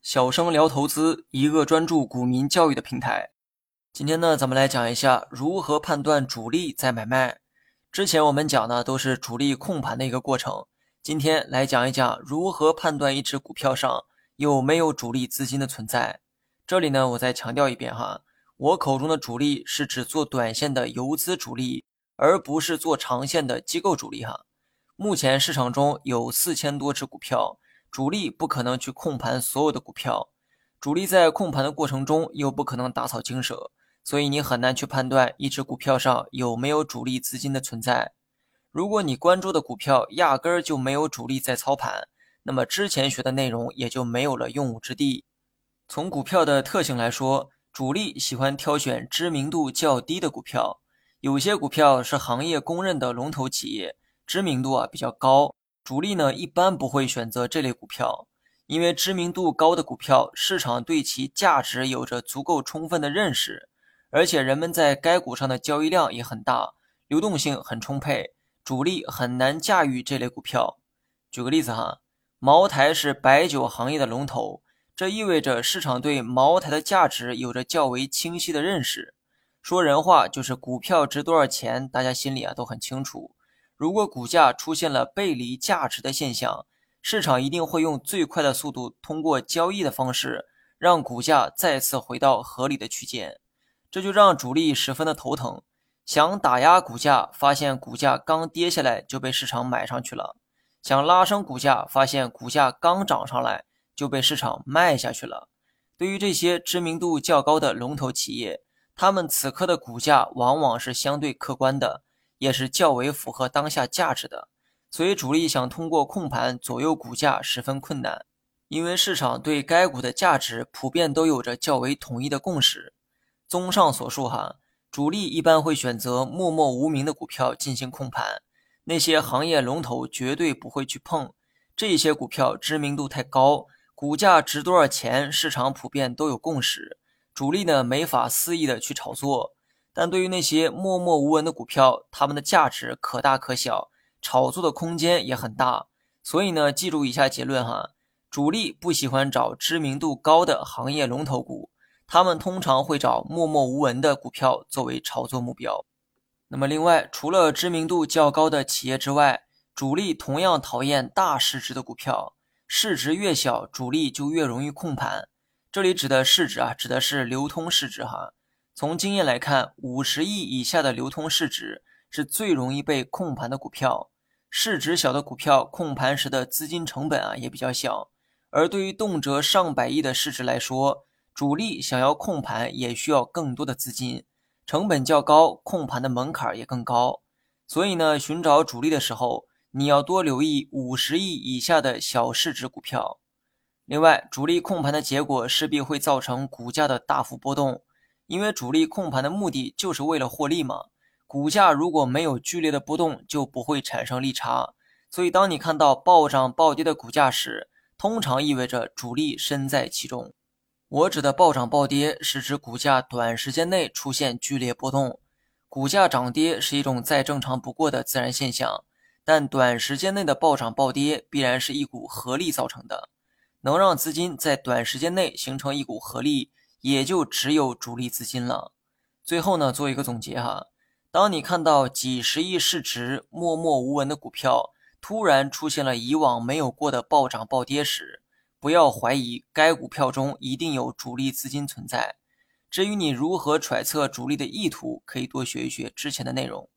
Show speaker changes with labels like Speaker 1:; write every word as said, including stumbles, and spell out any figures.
Speaker 1: 小生聊投资，一个专注股民教育的平台。今天呢，咱们来讲一下如何判断主力在买卖。之前我们讲的都是主力控盘的一个过程，今天来讲一讲如何判断一只股票上有没有主力资金的存在。这里呢，我再强调一遍哈，我口中的主力是指做短线的游资主力，而不是做长线的机构主力哈。目前市场中有四千多只股票，主力不可能去控盘所有的股票，主力在控盘的过程中又不可能打草惊蛇，所以你很难去判断一只股票上有没有主力资金的存在。如果你关注的股票压根儿就没有主力在操盘，那么之前学的内容也就没有了用武之地。从股票的特性来说，主力喜欢挑选知名度较低的股票，有些股票是行业公认的龙头企业，知名度啊比较高，主力呢一般不会选择这类股票，因为知名度高的股票，市场对其价值有着足够充分的认识，而且人们在该股上的交易量也很大，流动性很充沛，主力很难驾驭这类股票。举个例子哈，茅台是白酒行业的龙头，这意味着市场对茅台的价值有着较为清晰的认识。说人话就是股票值多少钱，大家心里啊都很清楚。如果股价出现了背离价值的现象，市场一定会用最快的速度通过交易的方式让股价再次回到合理的区间，这就让主力十分的头疼，想打压股价，发现股价刚跌下来就被市场买上去了，想拉升股价，发现股价刚涨上来就被市场卖下去了。对于这些知名度较高的龙头企业，他们此刻的股价往往是相对客观的，也是较为符合当下价值的，所以主力想通过控盘左右股价十分困难，因为市场对该股的价值普遍都有着较为统一的共识。综上所述哈，主力一般会选择默默无名的股票进行控盘，那些行业龙头绝对不会去碰，这些股票知名度太高，股价值多少钱，市场普遍都有共识，主力呢没法肆意的去炒作。但对于那些默默无闻的股票，它们的价值可大可小，炒作的空间也很大。所以呢，记住以下结论哈，主力不喜欢找知名度高的行业龙头股，他们通常会找默默无闻的股票作为炒作目标。那么另外，除了知名度较高的企业之外，主力同样讨厌大市值的股票，市值越小，主力就越容易控盘。这里指的市值啊，指的是流通市值哈。从经验来看，五十亿以下的流通市值是最容易被控盘的股票。市值小的股票控盘时的资金成本啊也比较小，而对于动辄上百亿的市值来说，主力想要控盘也需要更多的资金，成本较高，控盘的门槛也更高。所以呢，寻找主力的时候，你要多留意五十亿以下的小市值股票。另外，主力控盘的结果势必会造成股价的大幅波动，因为主力控盘的目的就是为了获利嘛。股价如果没有剧烈的波动，就不会产生利差。所以当你看到暴涨暴跌的股价时，通常意味着主力身在其中。我指的暴涨暴跌是指股价短时间内出现剧烈波动。股价涨跌是一种再正常不过的自然现象，但短时间内的暴涨暴跌必然是一股合力造成的。能让资金在短时间内形成一股合力，也就只有主力资金了。最后呢，做一个总结哈，当你看到几十亿市值默默无闻的股票突然出现了以往没有过的暴涨暴跌时，不要怀疑该股票中一定有主力资金存在。至于你如何揣测主力的意图，可以多学一学之前的内容。